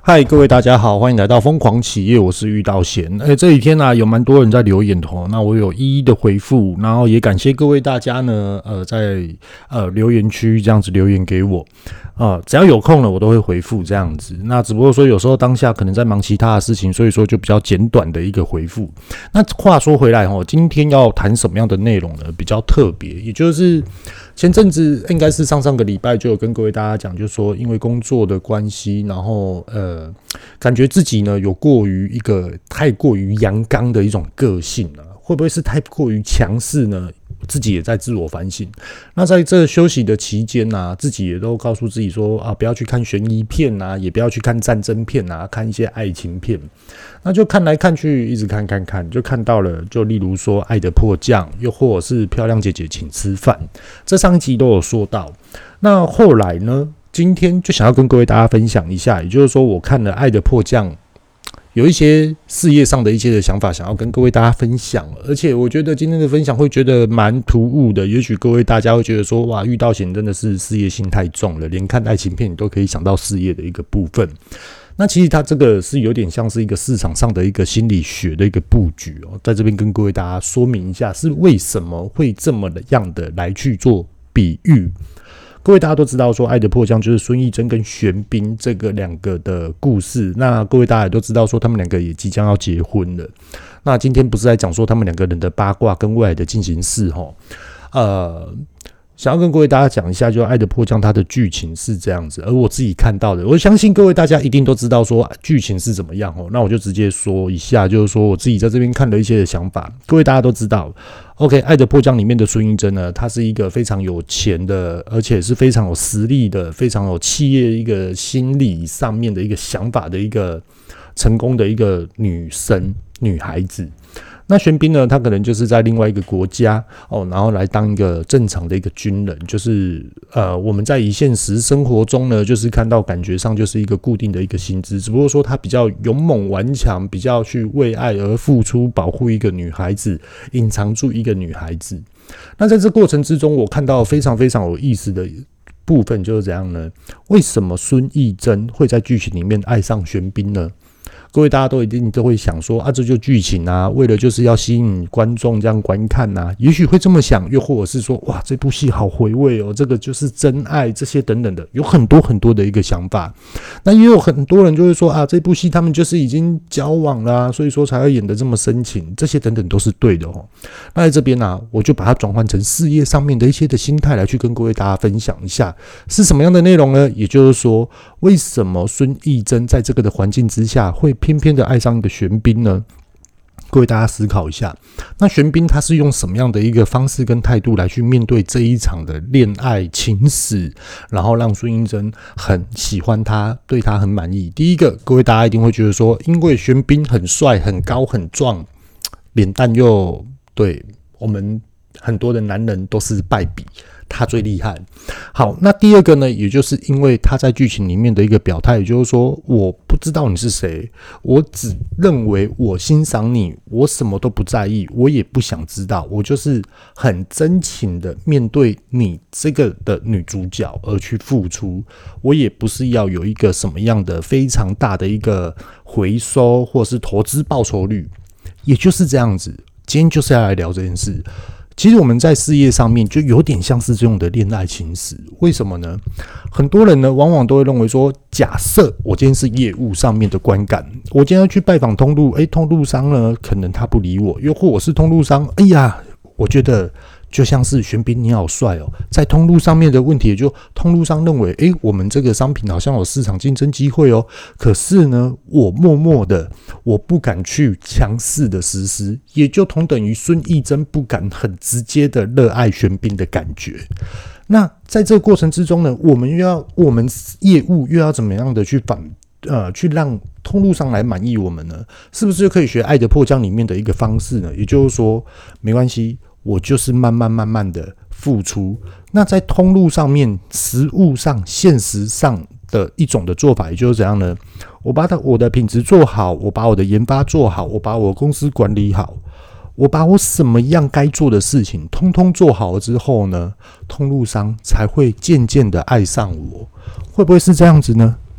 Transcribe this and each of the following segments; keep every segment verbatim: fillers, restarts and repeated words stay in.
嗨，各位大家好，欢迎来到疯狂企业，我是玉道贤。哎，这几天啊，有蛮多人在留言的哦，那我有一一的回复，然后也感谢各位大家呢，呃，在呃留言区这样子留言给我，呃，只要有空了，我都会回复这样子。那只不过说有时候当下可能在忙其他的事情，所以说就比较简短的一个回复。那话说回来哦，今天要谈什么样的内容呢？比较特别，也就是前阵子应该是上上个礼拜就有跟各位大家讲，就是说因为工作的关系，然后呃。呃，感觉自己呢有过于一个太过于阳刚的一种个性了、啊，会不会是太过于强势呢？自己也在自我反省。那在这休息的期间啊，自己也都告诉自己说啊，不要去看悬疑片啊，也不要去看战争片啊，看一些爱情片。那就看来看去，一直看看看，就看到了，就例如说《爱的迫降》，又或者是《漂亮姐姐请吃饭》，这上一集都有说到。那后来呢？今天就想要跟各位大家分享一下，也就是说，我看了《爱的迫降》，有一些事业上的一些的想法，想要跟各位大家分享。而且我觉得今天的分享会觉得蛮突兀的，也许各位大家会觉得说，哇，遇到险真的是事业心太重了，连看爱情片你都可以想到事业的一个部分。那其实它这个是有点像是一个市场上的一个心理学的一个布局哦，在这边跟各位大家说明一下，是为什么会这么样的来去做比喻。各位大家都知道说《爱的迫降》就是孙艺珍跟玄彬这个两个的故事，那各位大家也都知道说他们两个也即将要结婚了。那今天不是在讲说他们两个人的八卦跟未来的进行式齁，呃想要跟各位大家讲一下，就《爱的迫降》它的剧情是这样子，而我自己看到的，我相信各位大家一定都知道说剧情是怎么样哦。那我就直接说一下，就是说我自己在这边看了一些的想法。各位大家都知道 ，OK，《爱的迫降》里面的孙艺珍呢，她是一个非常有钱的，而且是非常有实力的，非常有企业一个心理上面的一个想法的一个成功的一个女生女孩子。那玄彬呢，他可能就是在另外一个国家哦，然后来当一个正常的一个军人，就是呃，我们在以现实生活中呢，就是看到感觉上就是一个固定的一个薪资，只不过说他比较勇猛顽强，比较去为爱而付出，保护一个女孩子，隐藏住一个女孩子。那在这过程之中，我看到非常非常有意思的部分就是怎样呢？为什么孙艺珍会在剧情里面爱上玄彬呢？各位大家都一定都会想说啊，这就剧情啊，为了就是要吸引观众这样观看啊，也许会这么想，又或者是说哇，这部戏好回味哦，这个就是真爱，这些等等的，有很多很多的一个想法。那也有很多人就会说啊，这部戏他们就是已经交往啦、啊，所以说才会演得这么深情，这些等等都是对的哦。那在这边呢、啊，我就把它转换成事业上面的一些的心态来去跟各位大家分享一下，是什么样的内容呢？也就是说，为什么孙艺珍在这个的环境之下会偏偏的爱上一个玄彬呢？各位大家思考一下，那玄彬他是用什么样的一个方式跟态度来去面对这一场的恋爱情史，然后让孙艺珍很喜欢他，对他很满意？第一个，各位大家一定会觉得说，因为玄彬很帅、很高、很壮，脸蛋又对我们很多的男人都是败笔。他最厉害。好，那第二个呢，也就是因为他在剧情里面的一个表态，也就是说，我不知道你是谁，我只认为我欣赏你，我什么都不在意，我也不想知道，我就是很真情的面对你这个的女主角而去付出，我也不是要有一个什么样的非常大的一个回收或是投资报酬率，也就是这样子。今天就是要来聊这件事。其实我们在事业上面就有点像是这种的恋爱情史，为什么呢？很多人呢往往都会认为说，假设我今天是业务上面的观感，我今天要去拜访通路，诶，通路商呢可能他不理我，又或我是通路商，哎呀，我觉得就像是玄彬你好帅哦，在通路上面的问题，也就通路商认为，诶，我们这个商品好像有市场竞争机会哦，可是呢，我默默的，我不敢去强势的实施，也就同等于孙艺珍不敢很直接的热爱玄彬的感觉。那在这个过程之中呢，我们又要我们业务又要怎么样的去反呃去让通路商来满意我们呢？是不是就可以学《爱的迫降》里面的一个方式呢？也就是说，没关系。我就是慢慢慢慢的付出，那在通路上面、实物上、现实上的一种的做法，也就是怎样呢？我把我的品质做好，我把我的研发做好，我把我公司管理好，我把我什么样该做的事情通通做好了之后呢，通路商才会渐渐的爱上我。会不会是这样子呢？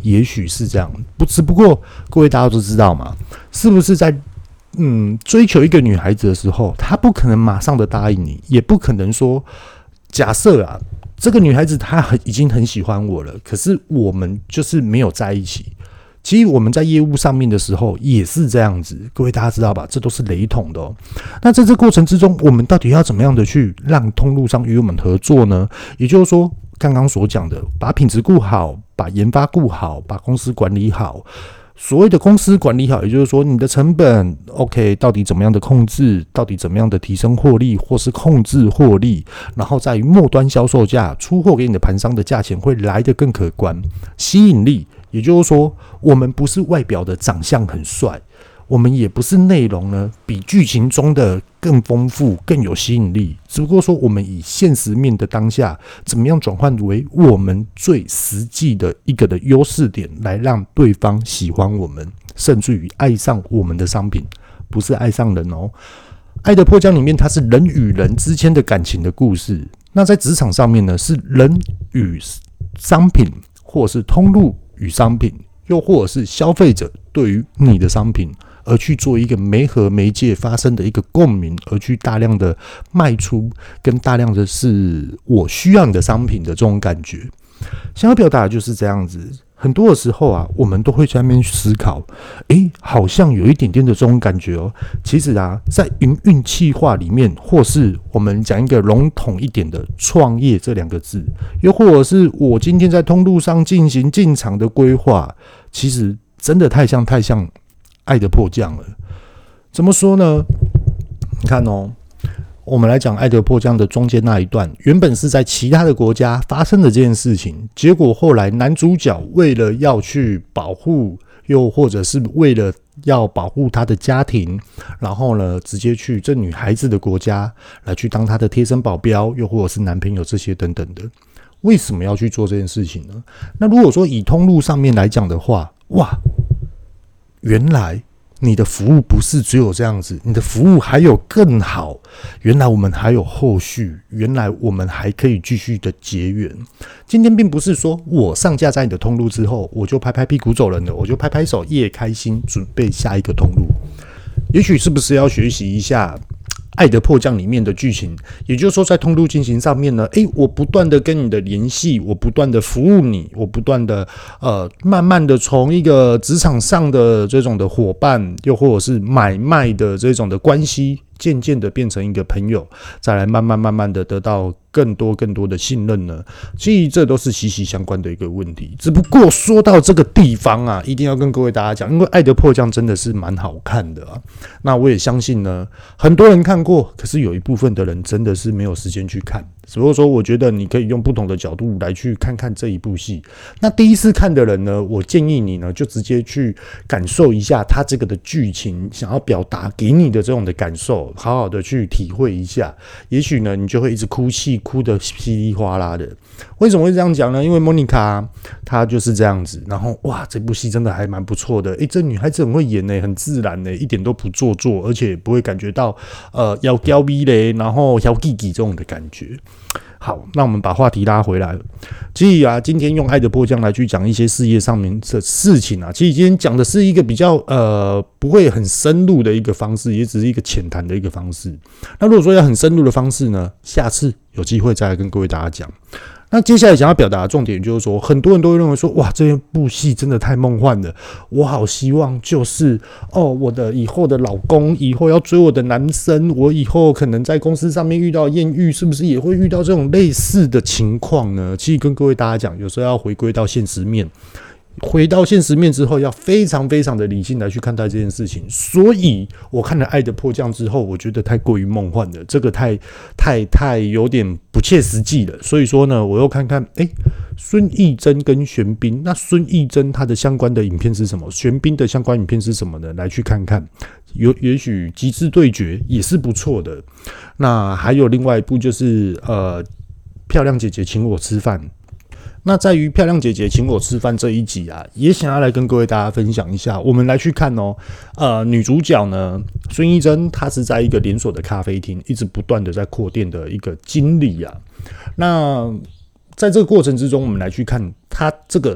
也许是这样，不只不过各位大家都知道嘛，是不是在嗯追求一个女孩子的时候，她不可能马上的答应你，也不可能说假设啊，这个女孩子她很已经很喜欢我了，可是我们就是没有在一起。其实我们在业务上面的时候也是这样子，各位大家知道吧？这都是雷同的哦。那在这过程之中，我们到底要怎么样的去让通路商与我们合作呢？也就是说，刚刚所讲的，把品质顾好，把研发顾好，把公司管理好。所谓的公司管理好，也就是说你的成本 OK 到底怎么样的控制，到底怎么样的提升获利，或是控制获利，然后在于末端销售价出货给你的盘商的价钱会来得更可观，吸引力。也就是说，我们不是外表的长相很帅，我们也不是内容呢比剧情中的更丰富、更有吸引力。只不过说，我们以现实面的当下，怎么样转换为我们最实际的一个的优势点，来让对方喜欢我们，甚至于爱上我们的商品，不是爱上人哦。爱的迫降里面，它是人与人之间的感情的故事。那在职场上面呢，是人与商品，或是通路与商品，又或者是消费者对于你的商品，而去做一个媒合媒介发生的一个共鸣，而去大量的卖出，跟大量的是我需要你的商品的这种感觉。想要表达的就是这样子。很多的时候啊，我们都会在那边思考，诶，好像有一点点的这种感觉哦。其实啊，在营运企划里面，或是我们讲一个笼统一点的创业这两个字，又或者是我今天在通路上进行进场的规划，其实真的太像太像爱的迫降了。怎么说呢？你看哦。我们来讲爱的迫降的中间那一段，原本是在其他的国家发生的这件事情，结果后来男主角为了要去保护，又或者是为了要保护他的家庭，然后呢，直接去这女孩子的国家来去当她的贴身保镖，又或者是男朋友这些等等的。为什么要去做这件事情呢？那如果说以通路上面来讲的话，哇，原来你的服务不是只有这样子，你的服务还有更好。原来我们还有后续，原来我们还可以继续的结缘。今天并不是说我上架在你的通路之后，我就拍拍屁股走人了，我就拍拍手耶开心，准备下一个通路。也许是不是要学习一下爱的迫降里面的剧情，也就是说在通路进行上面呢，诶，我不断的跟你的联系，我不断的服务你，我不断的呃，慢慢的从一个职场上的这种的伙伴，又或者是买卖的这种的关系，渐渐的变成一个朋友，再来慢慢慢慢的得到更多更多的信任呢，其实这都是息息相关的一个问题。只不过说到这个地方啊，一定要跟各位大家讲，因为爱的迫降真的是蛮好看的啊。那我也相信呢，很多人看过，可是有一部分的人真的是没有时间去看。只不过说，我觉得你可以用不同的角度来去看看这一部戏。那第一次看的人呢，我建议你呢，就直接去感受一下他这个的剧情想要表达给你的这种的感受，好好的去体会一下。也许呢，你就会一直哭泣，哭得稀里哗啦的。为什么会这样讲呢？因为莫妮卡她就是这样子。然后哇，这部戏真的还蛮不错的。诶，这女孩子很会演呢，很自然呢，一点都不做作，而且不会感觉到呃要娇逼嘞，然后要弟弟这种的感觉。好，那我们把话题拉回来了。其实啊，今天用爱的迫降来去讲一些事业上面的事情啊，其实今天讲的是一个比较呃不会很深入的一个方式，也只是一个浅谈的一个方式。那如果说要很深入的方式呢，下次有机会再来跟各位大家讲。那接下来想要表达的重点就是说，很多人都会认为说，哇，这部戏真的太梦幻了，我好希望就是哦，我的以后的老公，以后要追我的男生，我以后可能在公司上面遇到艳遇，是不是也会遇到这种类似的情况呢？其实跟各位大家讲，有时候要回归到现实面。回到现实面之后，要非常非常的理性来去看待这件事情。所以我看了《爱的迫降》之后，我觉得太过于梦幻了，这个太太太有点不切实际了。所以说呢，我又看看，哎，孙艺珍跟玄彬，那孙艺珍他的相关的影片是什么？玄彬的相关影片是什么呢？来去看看，有也许《极致对决》也是不错的。那还有另外一部就是呃，漂亮姐姐请我吃饭。那在于漂亮姐姐请我吃饭这一集啊，也想要来跟各位大家分享一下。我们来去看哦，呃，女主角呢，孙艺珍，她是在一个连锁的咖啡厅，一直不断的在扩店的一个经理啊。那在这个过程之中，我们来去看她这个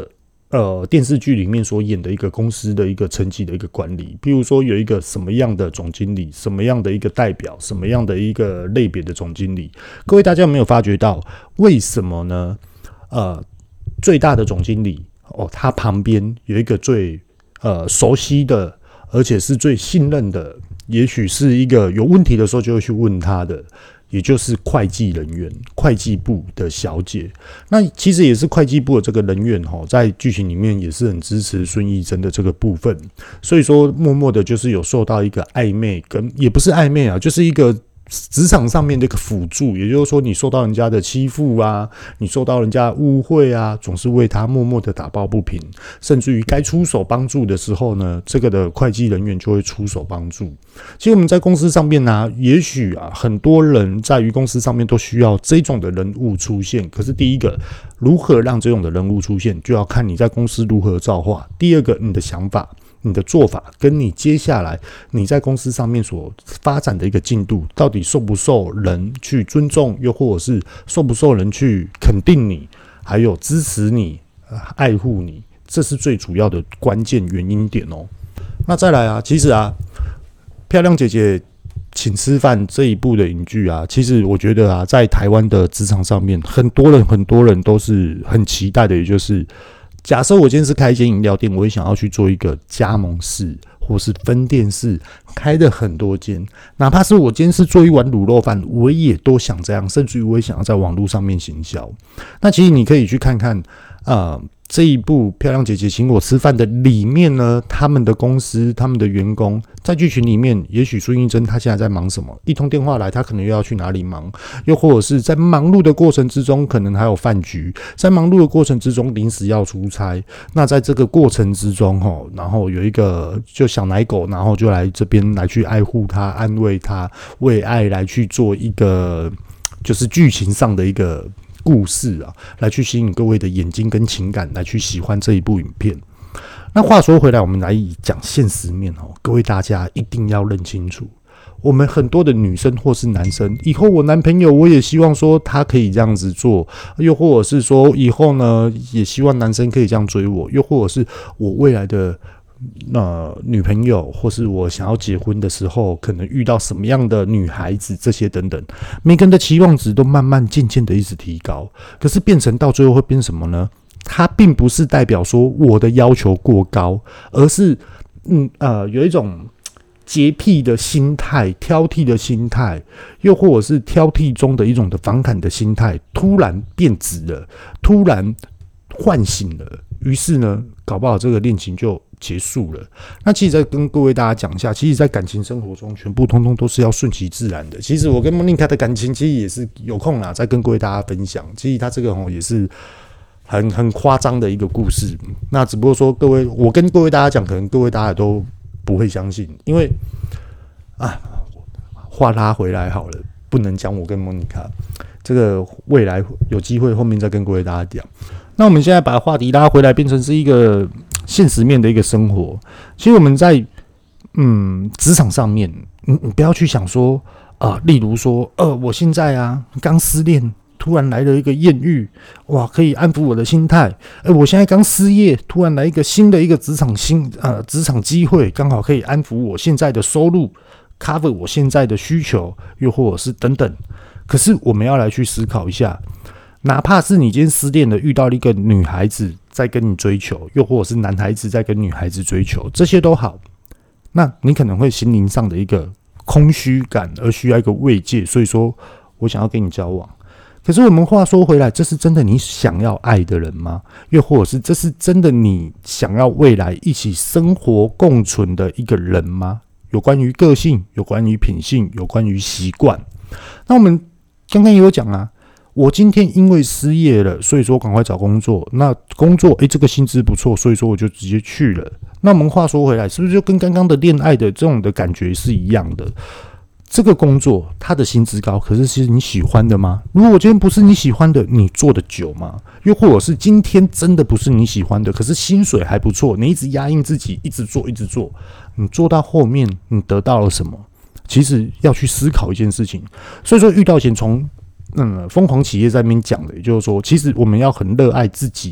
呃电视剧里面所演的一个公司的一个层级的一个管理，比如说有一个什么样的总经理，什么样的一个代表，什么样的一个类别的总经理，各位大家有没有发觉到为什么呢？呃，最大的总经理哦，他旁边有一个最呃熟悉的，而且是最信任的，也许是一个有问题的时候就会去问他的。也就是会计人员，会计部的小姐。那其实也是会计部的这个人员在剧情里面也是很支持孙艺珍的这个部分，所以说默默的就是有受到一个暧昧，跟也不是暧昧啊，就是一个职场上面的一个辅助，也就是说你受到人家的欺负啊，你受到人家的误会啊，总是为他默默的打抱不平，甚至于该出手帮助的时候呢，这个的会计人员就会出手帮助。其实我们在公司上面呢、啊，也许啊很多人在于公司上面都需要这种的人物出现，可是第一个如何让这种的人物出现，就要看你在公司如何造化。第二个，你的想法。你的做法跟你接下来你在公司上面所发展的一个进度，到底受不受人去尊重，又或者是受不受人去肯定你，还有支持你、爱护你，这是最主要的关键原因点哦。那再来啊，其实啊，漂亮姐姐请吃饭这一部的影剧啊，其实我觉得啊，在台湾的职场上面，很多人很多人都是很期待的，也就是假设我今天是开一间饮料店，我也想要去做一个加盟式或是分店式，开的很多间，哪怕是我今天是做一碗卤肉饭，我也都想这样，甚至于我也想要在网络上面行销。那其实你可以去看看，呃。这一部漂亮姐姐请我吃饭的里面呢，他们的公司、他们的员工在剧情里面，也许孙艺珍她现在在忙什么？一通电话来，她可能又要去哪里忙？又或者是在忙碌的过程之中，可能还有饭局，在忙碌的过程之中，临时要出差。那在这个过程之中，吼，然后有一个就小奶狗，然后就来这边来去爱护她、安慰她，为爱来去做一个就是剧情上的一个。故事啊，来去吸引各位的眼睛跟情感，来去喜欢这一部影片。那话说回来，我们来讲现实面哦，各位大家一定要认清楚，我们很多的女生或是男生，以后我男朋友我也希望说他可以这样子做，又或者是说以后呢，也希望男生可以这样追我，又或者是我未来的。呃，女朋友或是我想要结婚的时候，可能遇到什么样的女孩子，这些等等，每个人的期望值都慢慢渐渐的一直提高，可是变成到最后会变什么呢？它并不是代表说我的要求过高，而是嗯呃有一种洁癖的心态、挑剔的心态，又或者是挑剔中的一种的反感的心态，突然变质了，突然唤醒了，于是呢，搞不好这个恋情就。结束了。那其实再跟各位大家讲一下，其实在感情生活中，全部通通都是要顺其自然的。其实我跟莫妮卡的感情，其实也是有空啦，再跟各位大家分享。其实他这个也是很很夸张的一个故事。那只不过说，各位，我跟各位大家讲，可能各位大家都不会相信，因为啊，话拉回来好了，不能讲我跟莫妮卡这个未来有机会后面再跟各位大家讲。那我们现在把话题拉回来，变成是一个。现实面的一个生活，其实我们在嗯职场上面，你你不要去想说啊、呃，例如说，呃，我现在啊刚失恋，突然来了一个艳遇，哇，可以安抚我的心态。呃，我现在刚失业，突然来一个新的一个职场新呃职场机会，刚好可以安抚我现在的收入 ，cover 我现在的需求，又或者是等等。可是我们要来去思考一下。哪怕是你今天失恋了，遇到了一个女孩子在跟你追求，又或者是男孩子在跟女孩子追求，这些都好，那你可能会心灵上的一个空虚感，而需要一个慰藉，所以说我想要跟你交往。可是我们话说回来，这是真的你想要爱的人吗？又或者是这是真的你想要未来一起生活共存的一个人吗？有关于个性，有关于品性，有关于习惯。那我们刚刚也有讲啊。我今天因为失业了，所以说赶快找工作。那工作，诶，这个薪资不错，所以说我就直接去了。那我们话说回来，是不是就跟刚刚的恋爱的这种的感觉是一样的？这个工作它的薪资高，可是是你喜欢的吗？如果今天不是你喜欢的，你做得久吗？又或者是今天真的不是你喜欢的，可是薪水还不错，你一直压抑自己，一直做，一直做，你做到后面，你得到了什么？其实要去思考一件事情。所以说，遇到钱从嗯，疯狂企业在那边讲的，也就是说，其实我们要很热爱自己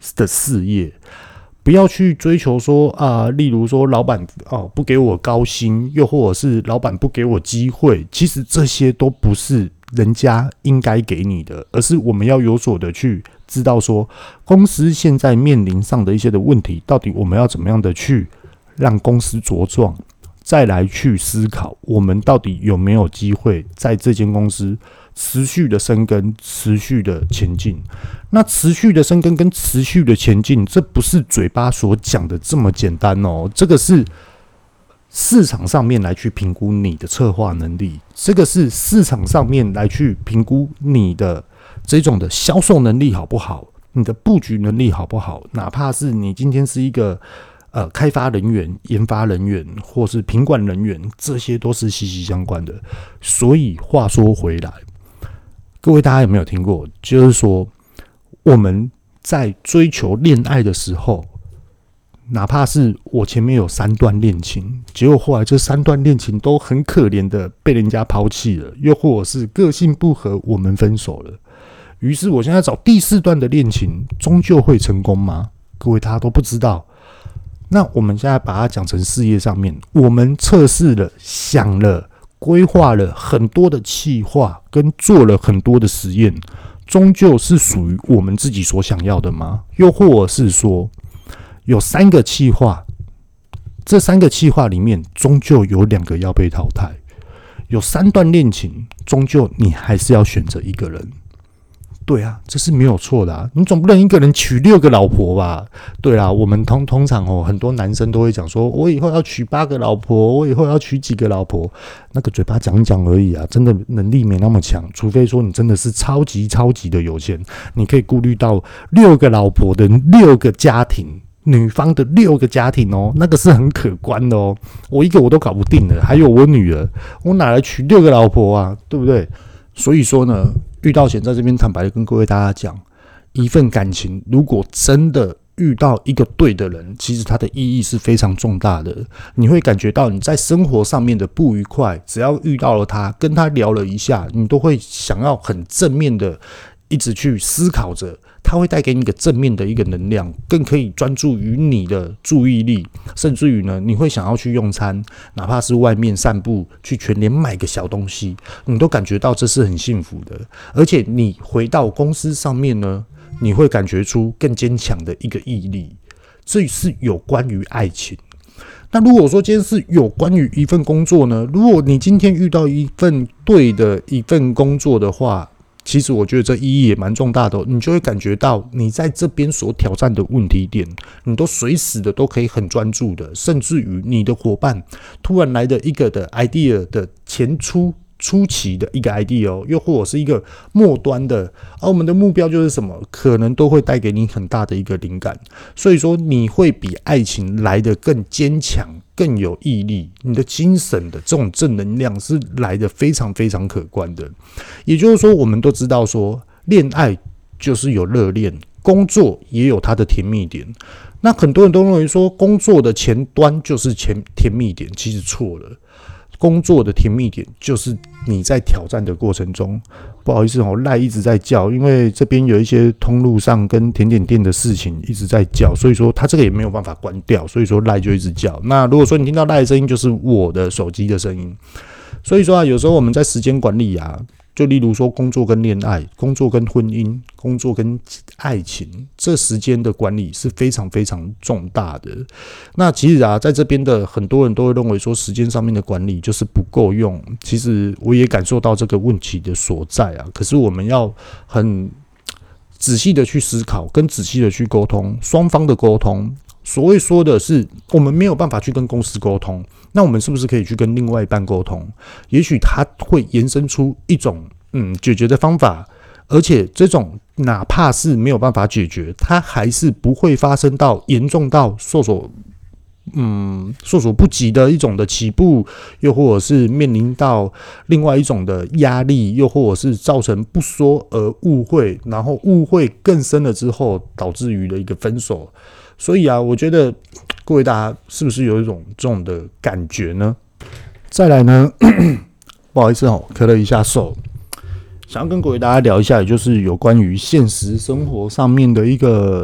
的事业。不要去追求说啊、呃，例如说老板哦不给我高薪，又或者是老板不给我机会，其实这些都不是人家应该给你的，而是我们要有所的去知道说，公司现在面临上的一些的问题，到底我们要怎么样的去让公司茁壮，再来去思考我们到底有没有机会在这间公司持续的生根，持续的前进。那持续的生根跟持续的前进，这不是嘴巴所讲的这么简单哦，这个是市场上面来去评估你的策划能力，这个是市场上面来去评估你的这种的销售能力好不好，你的布局能力好不好，哪怕是你今天是一个呃开发人员、研发人员或是品管人员，这些都是息息相关的。所以话说回来，各位大家有没有听过，就是说我们在追求恋爱的时候，哪怕是我前面有三段恋情，结果后来这三段恋情都很可怜的被人家抛弃了，又或者是个性不合，我们分手了。于是我现在找第四段的恋情，终究会成功吗？各位大家都不知道。那我们现在把它讲成事业上面，我们测试了、想了、规划了很多的企划，跟做了很多的实验，终究是属于我们自己所想要的吗？又或者是说，有三个企划，这三个企划里面，终究有两个要被淘汰；有三段恋情，终究你还是要选择一个人。对啊，这是没有错的啊！你总不能一个人娶六个老婆吧？对啊，我们通通常哦，很多男生都会讲说，我以后要娶八个老婆，我以后要娶几个老婆。那个嘴巴讲讲而已啊，真的能力没那么强。除非说你真的是超级超级的有钱，你可以顾虑到六个老婆的六个家庭，女方的六个家庭哦，那个是很可观的哦。我一个我都搞不定了，还有我女儿，我哪来娶六个老婆啊？对不对？所以说呢，遇到险在这边坦白的跟各位大家讲，一份感情如果真的遇到一个对的人，其实它的意义是非常重大的。你会感觉到你在生活上面的不愉快，只要遇到了他，跟他聊了一下，你都会想要很正面的一直去思考着，它会带给你一个正面的一个能量，更可以专注于你的注意力，甚至于呢，你会想要去用餐，哪怕是外面散步，去全联买个小东西，你都感觉到这是很幸福的。而且你回到公司上面呢，你会感觉出更坚强的一个毅力。这是有关于爱情。那如果说今天是有关于一份工作呢，如果你今天遇到一份对的一份工作的话，其实我觉得这意义也蛮重大的、哦，你就会感觉到你在这边所挑战的问题点，你都随时的都可以很专注的，甚至于你的伙伴突然来的一个的 idea 的前出初期的一个 idea 哦，又或者是一个末端的，而、啊、我们的目标就是什么，可能都会带给你很大的一个灵感。所以说，你会比爱情来得更坚强、更有毅力，你的精神的这种正能量是来得非常非常可观的。也就是说，我们都知道说，恋爱就是有热恋，工作也有它的甜蜜点。那很多人都认为说，工作的前端就是前甜蜜点，其实错了。工作的甜蜜点就是你在挑战的过程中，不好意思哦，赖一直在叫，因为这边有一些通路上跟甜点店的事情一直在叫，所以说他这个也没有办法关掉，所以说赖就一直叫。那如果说你听到赖的声音，就是我的手机的声音。所以说啊，有时候我们在时间管理啊，就例如说工作跟恋爱、工作跟婚姻、工作跟爱情，这时间的管理是非常非常重大的。那其实啊，在这边的很多人都会认为说，时间上面的管理就是不够用。其实我也感受到这个问题的所在啊。可是我们要很仔细的去思考，跟仔细的去沟通，双方的沟通。所谓说的是，我们没有办法去跟公司沟通，那我们是不是可以去跟另外一半沟通？也许他会延伸出一种嗯解决的方法，而且这种哪怕是没有办法解决，它还是不会发生到严重到受所嗯措手不及的一种的起步，又或者是面临到另外一种的压力，又或者是造成不说而误会，然后误会更深了之后，导致于了一个分手。所以啊，我觉得各位大家是不是有一种这种的感觉呢？再来呢，不好意思哦，咳了一下手，想要跟各位大家聊一下，也就是有关于现实生活上面的一个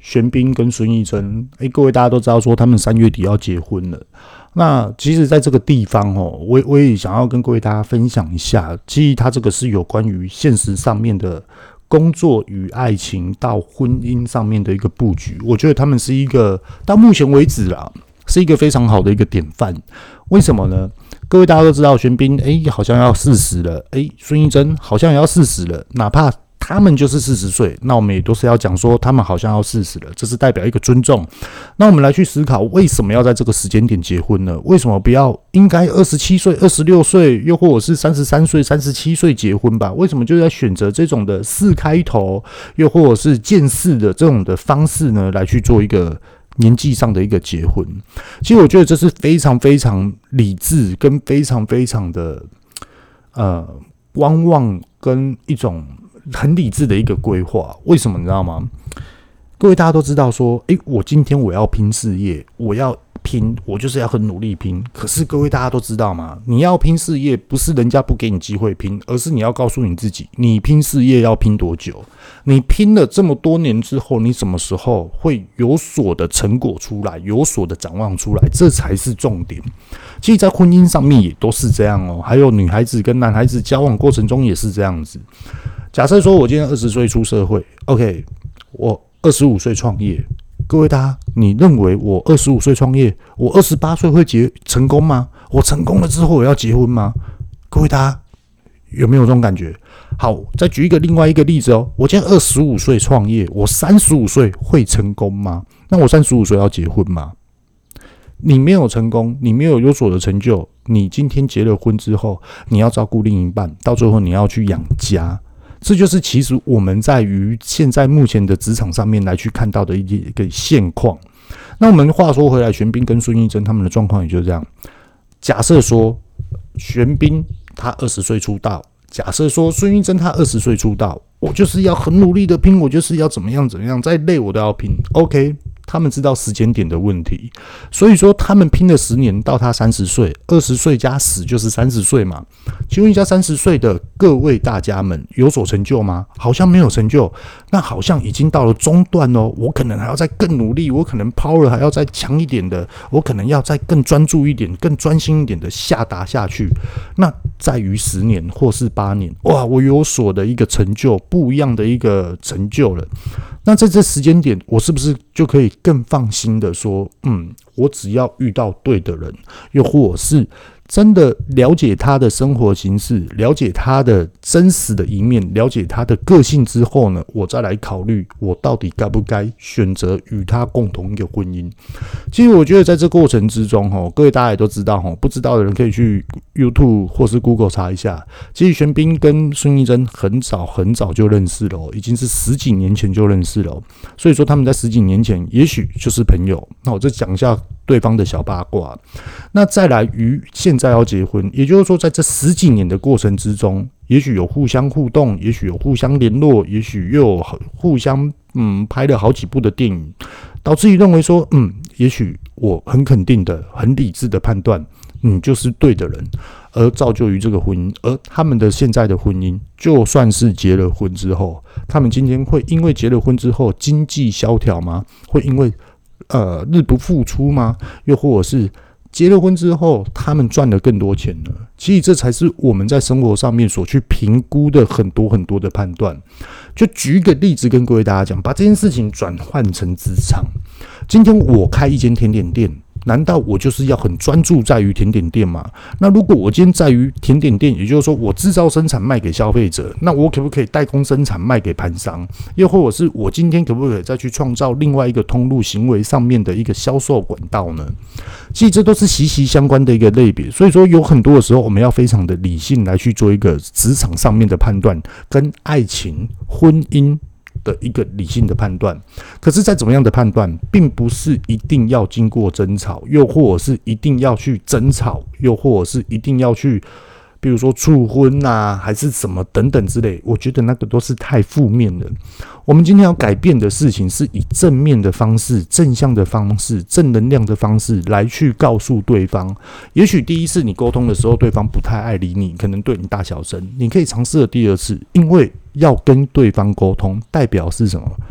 玄彬跟孙艺珍，哎，各位大家都知道说他们三月底要结婚了。那其实在这个地方哦，我我也想要跟各位大家分享一下，其实它这个是有关于现实上面的工作与爱情到婚姻上面的一个布局。我觉得他们是一个到目前为止啦，是一个非常好的一个典范。为什么呢？各位大家都知道，玄彬哎好像要四十了，哎，孙艺珍好像也要四十了，哪怕他们就是四十岁，那我们也都是要讲说他们好像要四十了，这是代表一个尊重。那我们来去思考，为什么要在这个时间点结婚呢？为什么不要应该二十七岁、二十六岁，又或者是三十三岁、三十七岁结婚吧？为什么就要选择这种的四开头，又或者是见四的这种的方式呢，来去做一个年纪上的一个结婚？其实我觉得这是非常非常理智，跟非常非常的呃观望，跟一种很理智的一个规划。为什么你知道吗？各位大家都知道说，诶，我今天我要拼事业，我要拼，我就是要很努力拼。可是各位大家都知道吗？你要拼事业，不是人家不给你机会拼，而是你要告诉你自己，你拼事业要拼多久？你拼了这么多年之后，你什么时候会有所的成果出来，有所的展望出来？这才是重点。其实，在婚姻上面也都是这样哦，还有女孩子跟男孩子交往过程中也是这样子。假设说我今天二十岁出社会 ，OK， 我二十五岁创业。各位大家，你认为我二十五岁创业，我二十八岁会结成功吗？我成功了之后我要结婚吗？各位大家有没有这种感觉？好，再举一个另外一个例子哦。我今天二十五岁创业，我三十五岁会成功吗？那我三十五岁要结婚吗？你没有成功，你没有有所的成就，你今天结了婚之后，你要照顾另一半，到最后你要去养家。这就是其实我们在于现在目前的职场上面来去看到的一个现况。那我们话说回来，玄彬跟孙艺珍他们的状况也就是这样。假设说玄彬他二十岁出道，假设说孙艺珍他二十岁出道，我就是要很努力的拼，我就是要怎么样怎么样，再累我都要拼。OK。他们知道时间点的问题，所以说他们拼了十年，到他三十岁，二十岁加十就是三十岁嘛。请问一下，三十岁的各位大家们有所成就吗？好像没有成就，那好像已经到了中段哦。我可能还要再更努力，我可能 power 还要再强一点的，我可能要再更专注一点、更专心一点的下达下去。那在于十年或是八年，哇，我有所的一个成就，不一样的一个成就了。那在这时间点，我是不是就可以更放心的说，嗯，我只要遇到对的人，又或者是真的了解他的生活形式，了解他的真实的一面，了解他的个性之后呢，我再来考虑我到底该不该选择与他共同一个婚姻。其实我觉得在这过程之中，各位大家也都知道，不知道的人可以去 YouTube 或是 Google 查一下。其实玄彬跟孙艺珍很早很早就认识了，已经是十几年前就认识了，所以说他们在十几年前也许就是朋友。那我再讲一下对方的小八卦。那再来于现在要结婚，也就是说在这十几年的过程之中，也许有互相互动，也许有互相联络，也许又有互相嗯拍了好几部的电影，导致于认为说，嗯，也许我很肯定的、很理智的判断，你就是对的人，而造就于这个婚姻。而他们的现在的婚姻，就算是结了婚之后，他们今天会因为结了婚之后经济萧条吗？会因为呃日不复出吗？又或者是结了婚之后，他们赚了更多钱呢？其实这才是我们在生活上面所去评估的很多很多的判断。就举一个例子跟各位大家讲，把这件事情转换成职场。今天我开一间甜点店，难道我就是要很专注在于甜点店吗？那如果我今天在于甜点店，也就是说我制造生产卖给消费者，那我可不可以代工生产卖给盘商？又或者是我今天可不可以再去创造另外一个通路行为上面的一个销售管道呢？其实这都是息息相关的一个类别，所以说有很多的时候我们要非常的理性来去做一个职场上面的判断，跟爱情、婚姻的一个理性的判断。可是再怎么样的判断，并不是一定要经过争吵，又或者是一定要去争吵，又或者是一定要去比如说促婚啊，还是什么等等之类，我觉得那个都是太负面了。我们今天要改变的事情，是以正面的方式、正向的方式、正能量的方式来去告诉对方。也许第一次你沟通的时候，对方不太爱理你，可能对你大小声，你可以尝试了第二次，因为要跟对方沟通，代表是什么？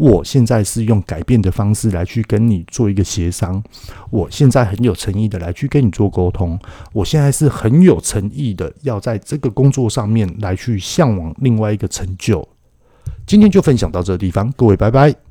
我现在是用改变的方式来去跟你做一个协商，我现在很有诚意的来去跟你做沟通，我现在是很有诚意的要在这个工作上面来去向往另外一个成就。今天就分享到这个地方，各位拜拜。